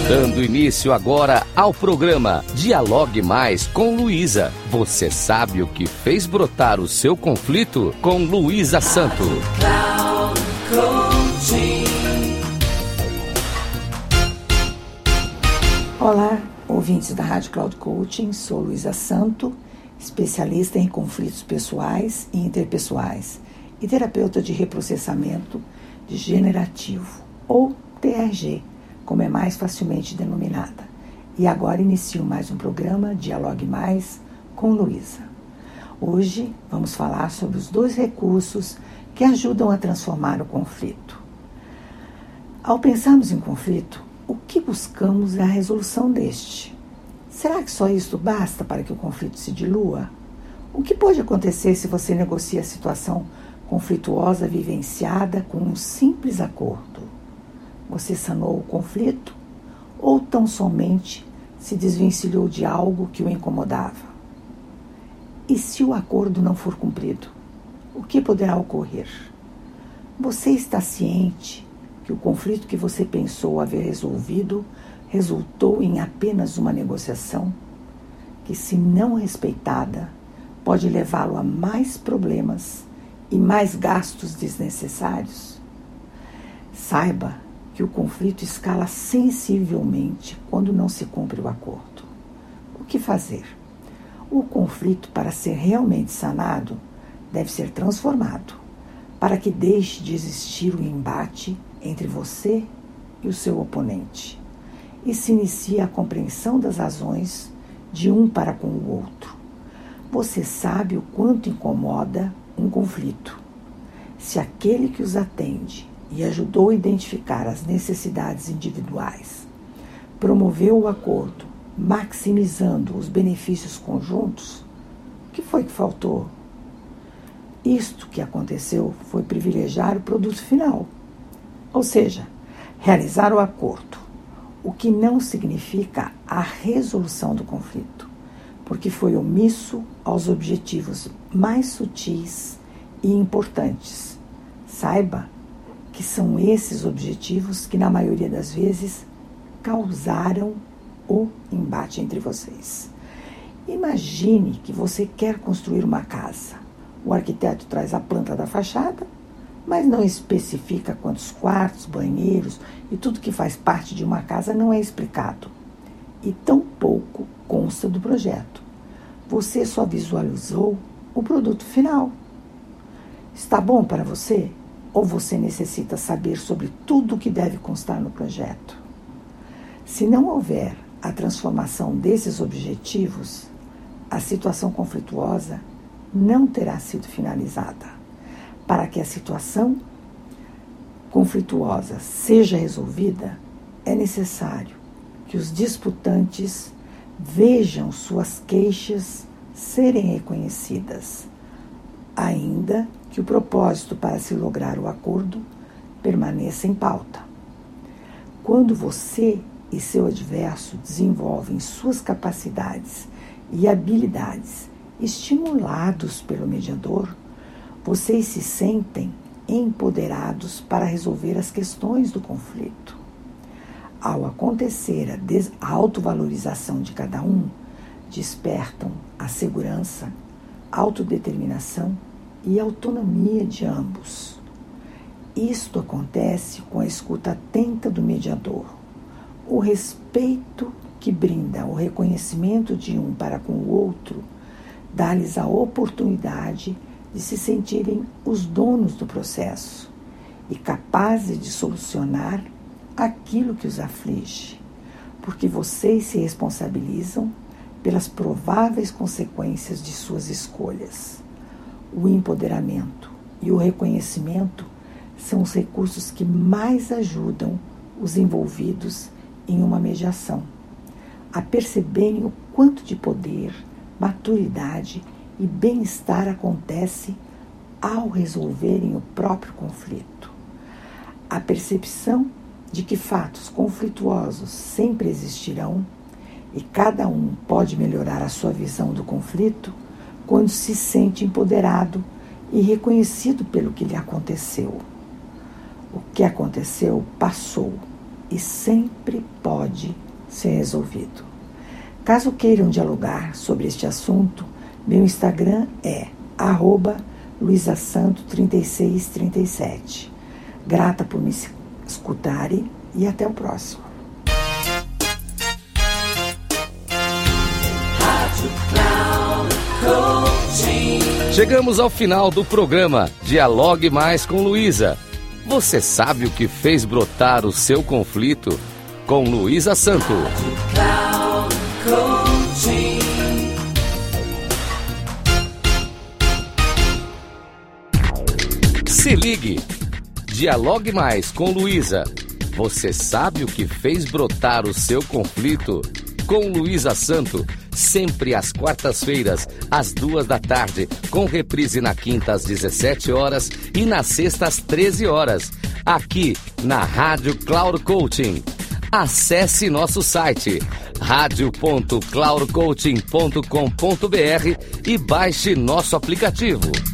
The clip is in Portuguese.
Dando início agora ao programa Dialogue Mais com Luísa. Você sabe o que fez brotar o seu conflito? Com Luísa Santo. Olá, ouvintes da Rádio Cloud Coaching. Sou Luísa Santo, especialista em conflitos pessoais e interpessoais e terapeuta de reprocessamento degenerativo, ou TRG, como é mais facilmente denominada. E agora inicio mais um programa Dialogue Mais com Luísa. Hoje vamos falar sobre os 2 recursos que ajudam a transformar o conflito. Ao pensarmos em conflito, o que buscamos é a resolução deste. Será que só isso basta para que o conflito se dilua? O que pode acontecer se você negocia a situação conflituosa vivenciada com um simples acordo? Você sanou o conflito ou tão somente se desvencilhou de algo que o incomodava? E se o acordo não for cumprido, o que poderá ocorrer? Você está ciente que o conflito que você pensou haver resolvido resultou em apenas uma negociação que, se não respeitada, pode levá-lo a mais problemas e mais gastos desnecessários? Saiba que o conflito escala sensivelmente quando não se cumpre o acordo. O que fazer? O conflito, para ser realmente sanado, deve ser transformado, para que deixe de existir o embate entre você e o seu oponente, e se inicie a compreensão das razões de um para com o outro. Você sabe o quanto incomoda um conflito. Se aquele que os atende e ajudou a identificar as necessidades individuais, promoveu o acordo, maximizando os benefícios conjuntos, o que foi que faltou? Isto que aconteceu foi privilegiar o produto final, ou seja, realizar o acordo, o que não significa a resolução do conflito, porque foi omisso aos objetivos mais sutis e importantes. Saiba que são esses objetivos que, na maioria das vezes, causaram o embate entre vocês. Imagine que você quer construir uma casa. O arquiteto traz a planta da fachada, mas não especifica quantos quartos, banheiros e tudo que faz parte de uma casa não é explicado. E tampouco consta do projeto. Você só visualizou o produto final. Está bom para você? Ou você necessita saber sobre tudo o que deve constar no projeto? Se não houver a transformação desses objetivos, a situação conflituosa não terá sido finalizada. Para que a situação conflituosa seja resolvida, é necessário que os disputantes vejam suas queixas serem reconhecidas, ainda que o propósito para se lograr o acordo permaneça em pauta. Quando você e seu adverso desenvolvem suas capacidades e habilidades estimulados pelo mediador, vocês se sentem empoderados para resolver as questões do conflito. Ao acontecer a autovalorização de cada um, despertam a segurança, autodeterminação e autonomia de ambos. Isto acontece com a escuta atenta do mediador, o respeito que brinda o reconhecimento de um para com o outro, dá-lhes a oportunidade de se sentirem os donos do processo e capazes de solucionar aquilo que os aflige, porque vocês se responsabilizam pelas prováveis consequências de suas escolhas. O empoderamento e o reconhecimento são os recursos que mais ajudam os envolvidos em uma mediação a perceberem o quanto de poder, maturidade e bem-estar acontece ao resolverem o próprio conflito. A percepção de que fatos conflituosos sempre existirão e cada um pode melhorar a sua visão do conflito quando se sente empoderado e reconhecido pelo que lhe aconteceu. O que aconteceu passou e sempre pode ser resolvido. Caso queiram dialogar sobre este assunto, meu Instagram é @luisasanto3637. Grata por me escutarem e até o próximo. Chegamos ao final do programa Dialogue Mais com Luísa. Você sabe o que fez brotar o seu conflito? Com Luísa Santo. Se ligue. Dialogue Mais com Luísa. Você sabe o que fez brotar o seu conflito? Com Luísa Santo, sempre às quartas-feiras, às 14h, com reprise na quinta às 17 horas e na sexta às 13 horas, aqui na Rádio Cloud Coaching. Acesse nosso site radio.cloudcoaching.com.br e baixe nosso aplicativo.